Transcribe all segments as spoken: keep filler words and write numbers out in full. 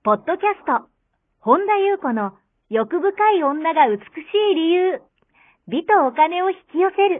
ポッドキャスト、本田裕子の欲深い女が美しい理由、美とお金を引き寄せる。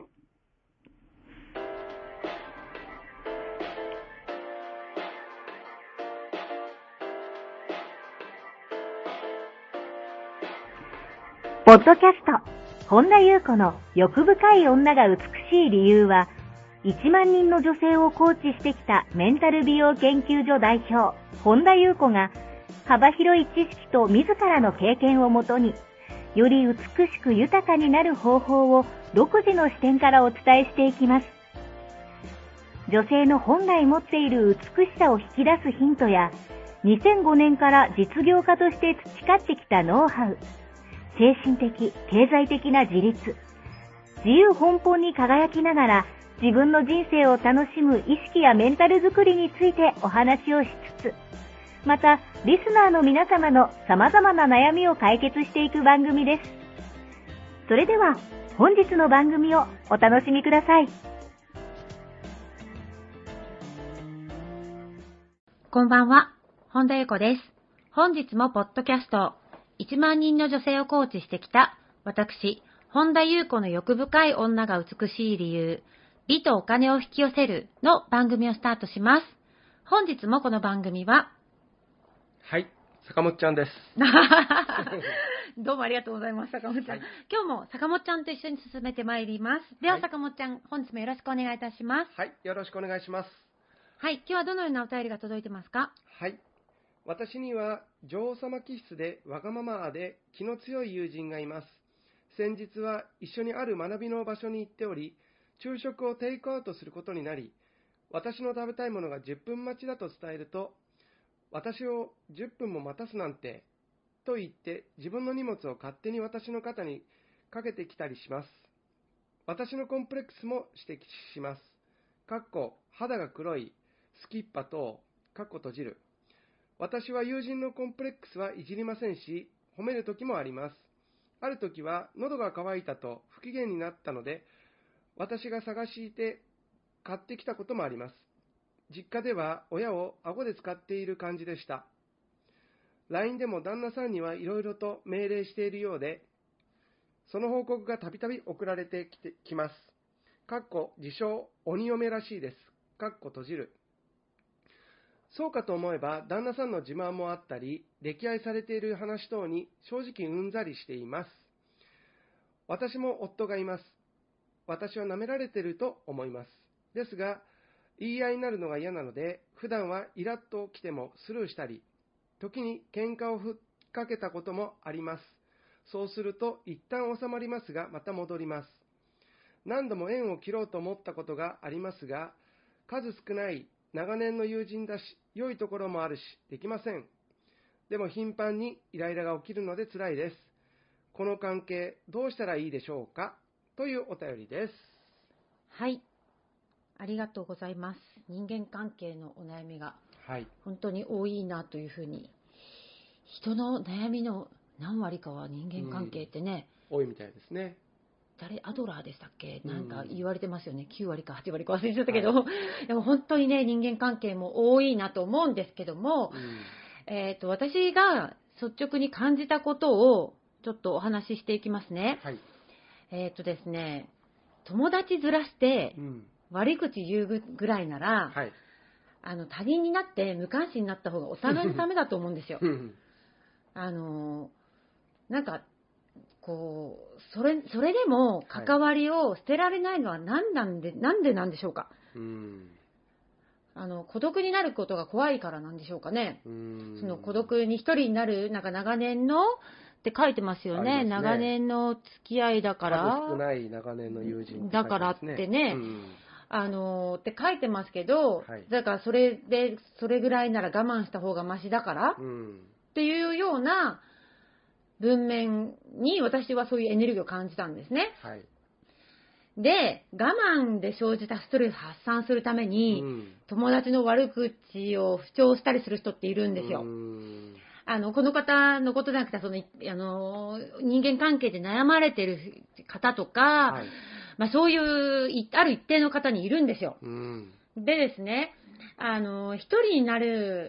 ポッドキャスト、本田裕子の欲深い女が美しい理由は、いちまんにんの女性をコーチしてきたメンタル美容研究所代表、本田裕子が、幅広い知識と自らの経験をもとに、より美しく豊かになる方法を独自の視点からお伝えしていきます。女性の本来持っている美しさを引き出すヒントや、にせんごねんから実業家として培ってきたノウハウ、精神的、経済的な自立、自由奔放に輝きながら自分の人生を楽しむ意識やメンタルづくりについてお話をしつつ、またリスナーの皆様の様々な悩みを解決していく番組です。それでは本日の番組をお楽しみください。 こんばんは、本田裕子です。本日もポッドキャストいちまんにんの女性をコーチしてきた私、本田裕子の欲深い女が美しい理由、美とお金を引き寄せるの番組をスタートします。本日もこの番組ははい、坂本ちゃんです。 どうもありがとうございます、坂本ちゃん。はい、今日も坂本ちゃんと一緒に進めてまいります。では、はい、坂本ちゃん、本日もよろしくお願いいたします。 はい、よろしくお願いします。 はい、今日はどのようなお便りが届いてますか？ はい、私には女王様気質でわがままで気の強い友人がいます。先日は一緒にある学びの場所に行っており、昼食をテイクアウトすることになり、私の食べたいものがじゅっぷん待ちだと伝えると、私をじゅっぷんも待たすなんて、と言って自分の荷物を勝手に私の肩にかけてきたりします。私のコンプレックスも指摘します。かっこ肌が黒い、スキッパ等、かっこ閉じる。私は友人のコンプレックスはいじりませんし、褒めるときもあります。あるときは喉が渇いたと不機嫌になったので、私が探して買ってきたこともあります。実家では親を顎で使っている感じでした。ライン でも旦那さんにはいろいろと命令しているようで、その報告がたびたび送られてきてきます。かっこ自称鬼嫁らしいです。かっこ閉じる。そうかと思えば旦那さんの自慢もあったり、溺愛されている話等に正直うんざりしています。私も夫がいます。私は舐められていると思います。ですが、言い合いになるのが嫌なので、普段はイラッと来てもスルーしたり、時に喧嘩をふっかけたこともあります。そうすると一旦収まりますが、また戻ります。何度も縁を切ろうと思ったことがありますが、数少ない長年の友人だし、良いところもあるし、できません。でも頻繁にイライラが起きるので辛いです。この関係、どうしたらいいでしょうか？というお便りです。 はい。ありがとうございます。人間関係のお悩みが本当に多いなというふうに、人の悩みの何割かは人間関係ってね、 うん、多いみたいですね。 誰アドラーでしたっけ？なんか言われてますよね。きゅうわりかはちわりか忘れちゃったけど、はい、でも本当にね、人間関係も多いなと思うんですけども、うん、えっと私が率直に感じたことをちょっとお話ししていきますね。はい、えっとですね、友達ずらして、うん悪い口言うぐらいなら、はい、あの他人になって無関心になった方がお互いのためだと思うんですよ。あのなんかこうそれそれでも関わりを捨てられないのは何なんで、はい、なんでなんでしょうか。うんあの孤独になることが怖いからなんでしょうかね。うんその孤独に一人になるなんか長年のって書いてますよね。ね長年の付き合いだから。 数少ない長年の友人って書いてますね。 だからってね。うんあのー、って書いてますけど、はい、だからそれでそれぐらいなら我慢した方がマシだから、うん、っていうような文面に私はそういうエネルギーを感じたんですね。はい、で我慢で生じたストレス発散するために、うん、友達の悪口を主張したりする人っているんですよ。うんあのこの方のことじゃなくてそのあの人間関係で悩まれてる方とか、はいまあ、そういうある一定の方にいるんですよ。うん、でですね、あの一人になる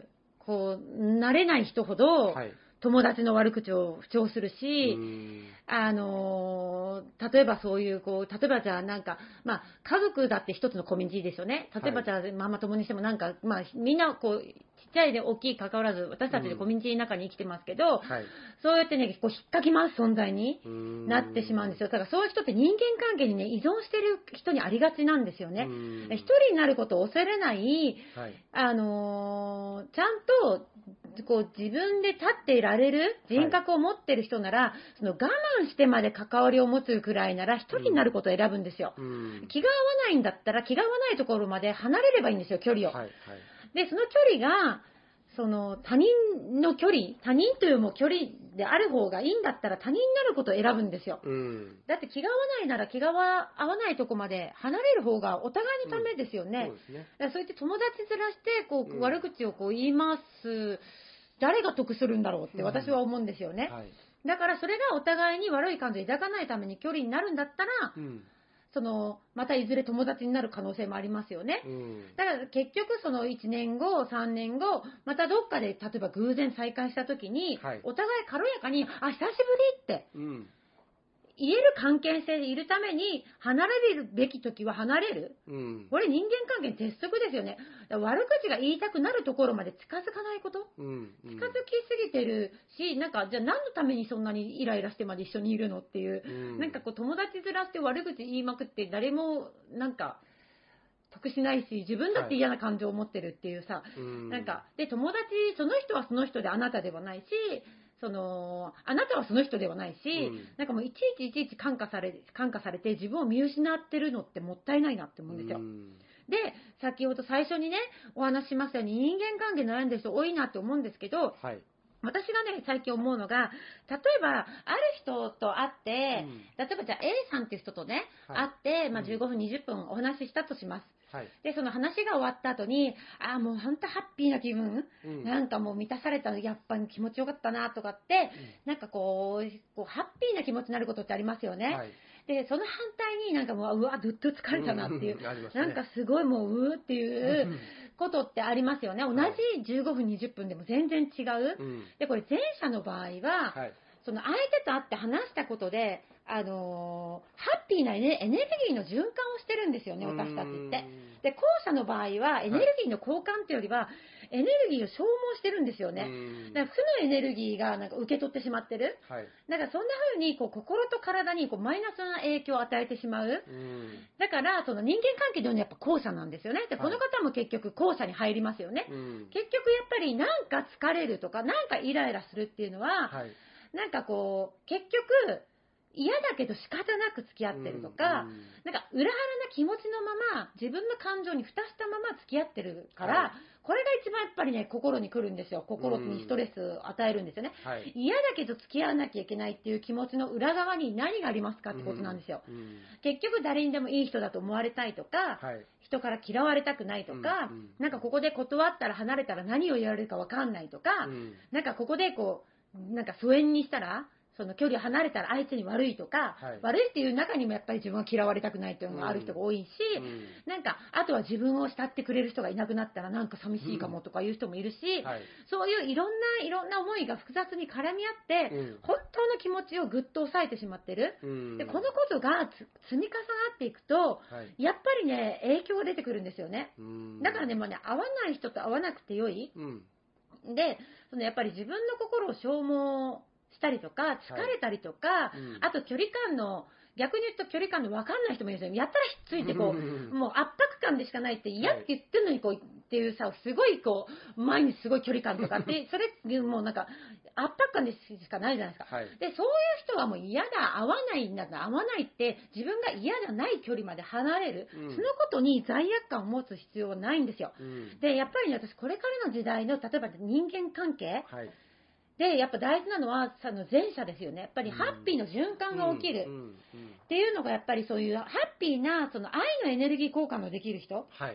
こう慣れない人ほど、 はい、 友達の悪口を不調するし、あの例えばそういうこう例えばじゃあなんか、まあ、家族だって一つのコミュニティですよね。例えばじゃあ、はい、ママ友にしてもなんか、まあ、みんなこうちっちゃいで大きい関わらず私たちでコミュニティの中に生きてますけど、はい、そうやってねこう引っかき回す存在になってしまうんですよ。だからそういう人って人間関係にね依存してる人にありがちなんですよね。一人になることを恐れない、はい、あのー、ちゃんとこう自分で立っていられる人格を持ってる人なら、はい、その我慢してまで関わりを持つくらいなら一人になることを選ぶんですよ、うん、気が合わないんだったら気が合わないところまで離れればいいんですよ、距離を、はいはい、でその距離がその他人の距離他人というも距離である方がいいんだったら他人になることを選ぶんですよ、うん、だって気が合わないなら気が合わないとこまで離れる方がお互いのためですよね、うん、そうですね。だからそうやって友達ずらしてこう、うん、悪口をこう言います誰が得するんだろうって私は思うんですよね、うんはい、だからそれがお互いに悪い感情を抱かないために距離になるんだったら、うん、そのまたいずれ友達になる可能性もありますよね、うん、だから結局そのいちねんごさんねんごまたどっかで例えば偶然再会した時に、はい、お互い軽やかにあ久しぶりって、うん言える関係性でいるために離れるべき時は離れる、うん、これ人間関係の鉄則ですよね。悪口が言いたくなるところまで近づかないこと、うんうん、近づきすぎてるしなんかじゃあ何のためにそんなにイライラしてまで一緒にいるのっていう、うん、なんかこう友達ずらして悪口言いまくって誰もなんか得しないし自分だって嫌な感情を持ってるっていうさ、はい、なんかで友達その人はその人であなたではないしそのあなたはその人ではないし、うん、なんかもういちいちいちいち感化され感化されて自分を見失ってるのってもったいないなって思うんですよ、うん、で先ほど最初にねお話ししましたように人間関係悩んでる人多いなって思うんですけど、はい、私がね最近思うのが例えばある人と会って、うん、例えばじゃあ A さんっていう人とね、はい、会って、まあ、じゅうごふんにじゅっぷんお話ししたとします。はい、でその話が終わった後にああもう本当ハッピーな気分、うん、なんかもう満たされたのやっぱり気持ちよかったなとかって、うん、なんかこう、こうハッピーな気持ちになることってありますよね、はい、でその反対になんかもううわずっと疲れたなっていう、うんね、なんかすごいもううーっていうことってありますよね。同じじゅうごふんにじゅっぷんでも全然違う、うん、でこれ前者の場合は、はい、その相手と会って話したことであのー、ハッピーなエネルギーの循環をしてるんですよね、私たちって。で、後者の場合はエネルギーの交換というよりは、エネルギーを消耗してるんですよね。だから負のエネルギーがなんか受け取ってしまってる。はい、だからそんな風にこう心と体にこうマイナスな影響を与えてしまう。だからその人間関係ではやっぱ後者なんですよね。で、この方も結局後者に入りますよね。結局やっぱりなんか疲れるとか、なんかイライラするっていうのは、はい、なんかこう、結局、嫌だけど仕方なく付き合ってるとか、うんうん、なんか裏腹な気持ちのまま自分の感情に蓋したまま付き合ってるから、はい、これが一番やっぱりね心に来るんですよ。心にストレスを与えるんですよね、はい、嫌だけど付き合わなきゃいけないっていう気持ちの裏側に何がありますかってことなんですよ、うんうん、結局誰にでもいい人だと思われたいとか、はい、人から嫌われたくないとか、うんうん、なんかここで断ったら離れたら何を言われるか分かんないとか、うん、なんかここでこうなんか疎遠にしたらその距離を離れたら相手に悪いとか、はい、悪いっていう中にもやっぱり自分は嫌われたくないっていうのがある人が多いし、うん、なんかあとは自分を慕ってくれる人がいなくなったらなんか寂しいかもとかいう人もいるし、うんはい、そういういろんないろんな思いが複雑に絡み合って、うん、本当の気持ちをぐっと抑えてしまってる、うん、でこのことが積み重なっていくと、はい、やっぱりね影響が出てくるんですよね、うん、だからね、まあね合わない人と合わなくてよい、うん、でそのやっぱり自分の心を消耗したりとか疲れたりとか、はいうん、あと距離感の逆に言うと距離感の分かんない人もいるんですよ。やったらひっついてこうもう圧迫感でしかないって嫌って言ってるのにこうっていうさすごいこう前にすごい距離感とかってそれもうなんか圧迫感でしかないじゃないですか、はい、でそういう人はもう嫌だ合わないんだ合わないって自分が嫌じゃない距離まで離れる、うん、そのことに罪悪感を持つ必要はないんですよ、うん、でやっぱりね私これからの時代の例えば人間関係、はいでやっぱ大事なのはその前者ですよね。やっぱりハッピーの循環が起きるっていうのがやっぱりそういうハッピーなその愛のエネルギー交換のできる人、はい、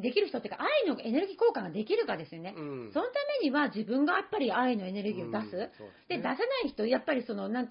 できる人っていうか愛のエネルギー交換ができるかですよね、うん、そのためには自分がやっぱり愛のエネルギーを出す、うん、で、ね、出せない人やっぱりそのなんか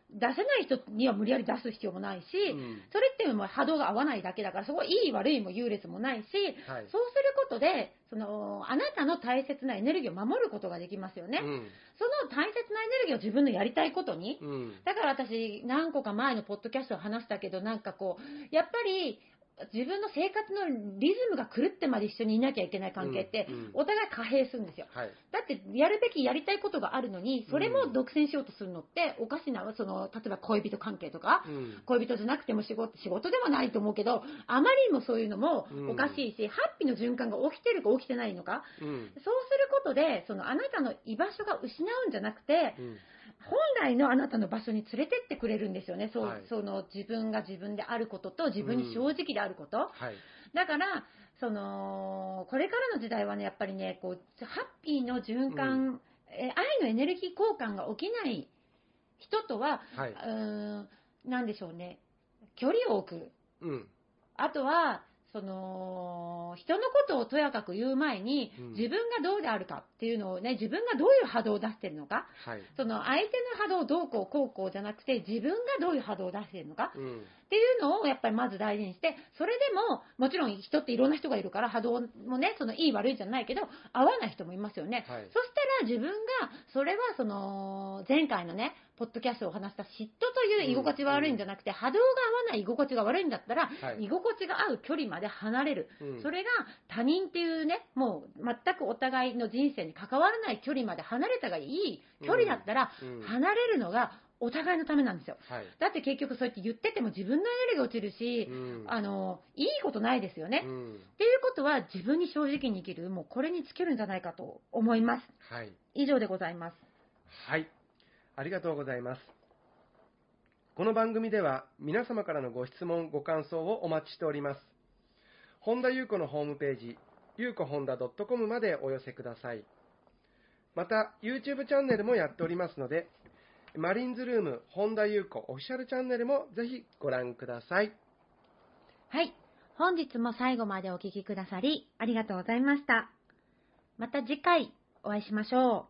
出せない人には無理やり出す必要もないし、 うん、 それってもう波動が合わないだけだから、そこはいい悪いも優劣もないし、 はい、 そうすることで、その、あなたの大切なエネルギーを守ることができますよね。 うん、 その大切なエネルギーを自分のやりたいことに、 うん、 だから私、何個か前のポッドキャストを話したけど、なんかこう、やっぱり、自分の生活のリズムが狂ってまで一緒にいなきゃいけない関係って、お互い可変するんですよ、 はい、 だってやるべきやりたいことがあるのに、それも独占しようとするのっておかしな、その例えば恋人関係とか、うん、恋人じゃなくても仕事、仕事ではないと思うけど、あまりにもそういうのもおかしいし、うん、ハッピーの循環が起きてるか起きてないのか、うん、そうすることでそのあなたの居場所が失うんじゃなくて、うん、本来のあなたの場所に連れてってくれるんですよね。そう、はい、その自分が自分であることと自分に正直であること、うん、はい、だからそのこれからの時代はね、やっぱりね、こうハッピーの循環、うん、え愛のエネルギー交換が起きない人とは、はい、うーん、なんでしょうね、距離を置く、うん、あとはその人のことをとやかく言う前に、うん、自分がどうであるかっていうのをね、自分がどういう波動を出しているのか、はい、その相手の波動をどうこうこうこうじゃなくて、自分がどういう波動を出しているのか、うん、っていうのをやっぱりまず大事にして、それでももちろん人っていろんな人がいるから波動もね、そのいい悪いじゃないけど合わない人もいますよね、はい、そしたら自分がそれはその前回のねポッドキャストを話した嫉妬という居心地が悪いんじゃなくて、うん、波動が合わない居心地が悪いんだったら、はい、居心地が合う距離まで離れる、うん、それが他人っていうね、もう全くお互いの人生に関わらない距離まで離れたがいい距離だったら、うんうん、離れるのがお互いのためなんですよ、はい、だって結局そうやって言ってても自分のエネルギーが落ちるし、うん、あのいいことないですよね、うん、っていうことは自分に正直に生きる、もうこれに尽きるんじゃないかと思います、はい、以上でございます。 はい、ありがとうございます。この番組では皆様からのご質問ご感想をお待ちしております。本田裕子のホームページ、ゆうこ本田 .com までお寄せください。また YouTube チャンネルもやっておりますので、マリンズルーム本田裕子オフィシャルチャンネルもぜひご覧ください。 はい、本日も最後までお聞きくださりありがとうございました。また次回お会いしましょう。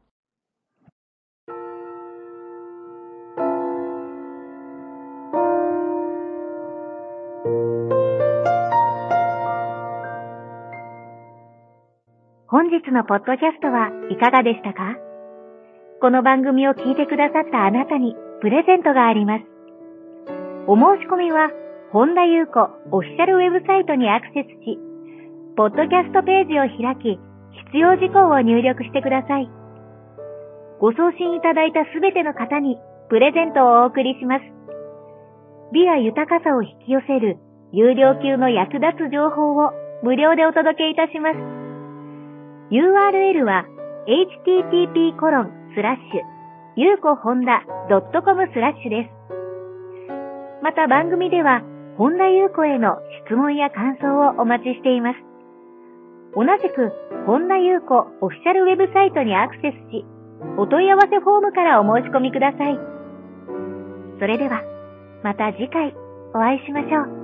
本日のポッドキャストはいかがでしたか？この番組を聞いてくださったあなたにプレゼントがあります。お申し込みは本田裕子オフィシャルウェブサイトにアクセスし、ポッドキャストページを開き、必要事項を入力してください。ご送信いただいたすべての方にプレゼントをお送りします。美や豊かさを引き寄せる有料級の役立つ情報を無料でお届けいたします。ユーアールエル は エイチティーティーピーコロンスラッシュゆうこほんだ ドットコム スラッシュです。また番組では本田裕子への質問や感想をお待ちしています。同じく本田裕子オフィシャルウェブサイトにアクセスし、お問い合わせフォームからお申し込みください。それではまた次回お会いしましょう。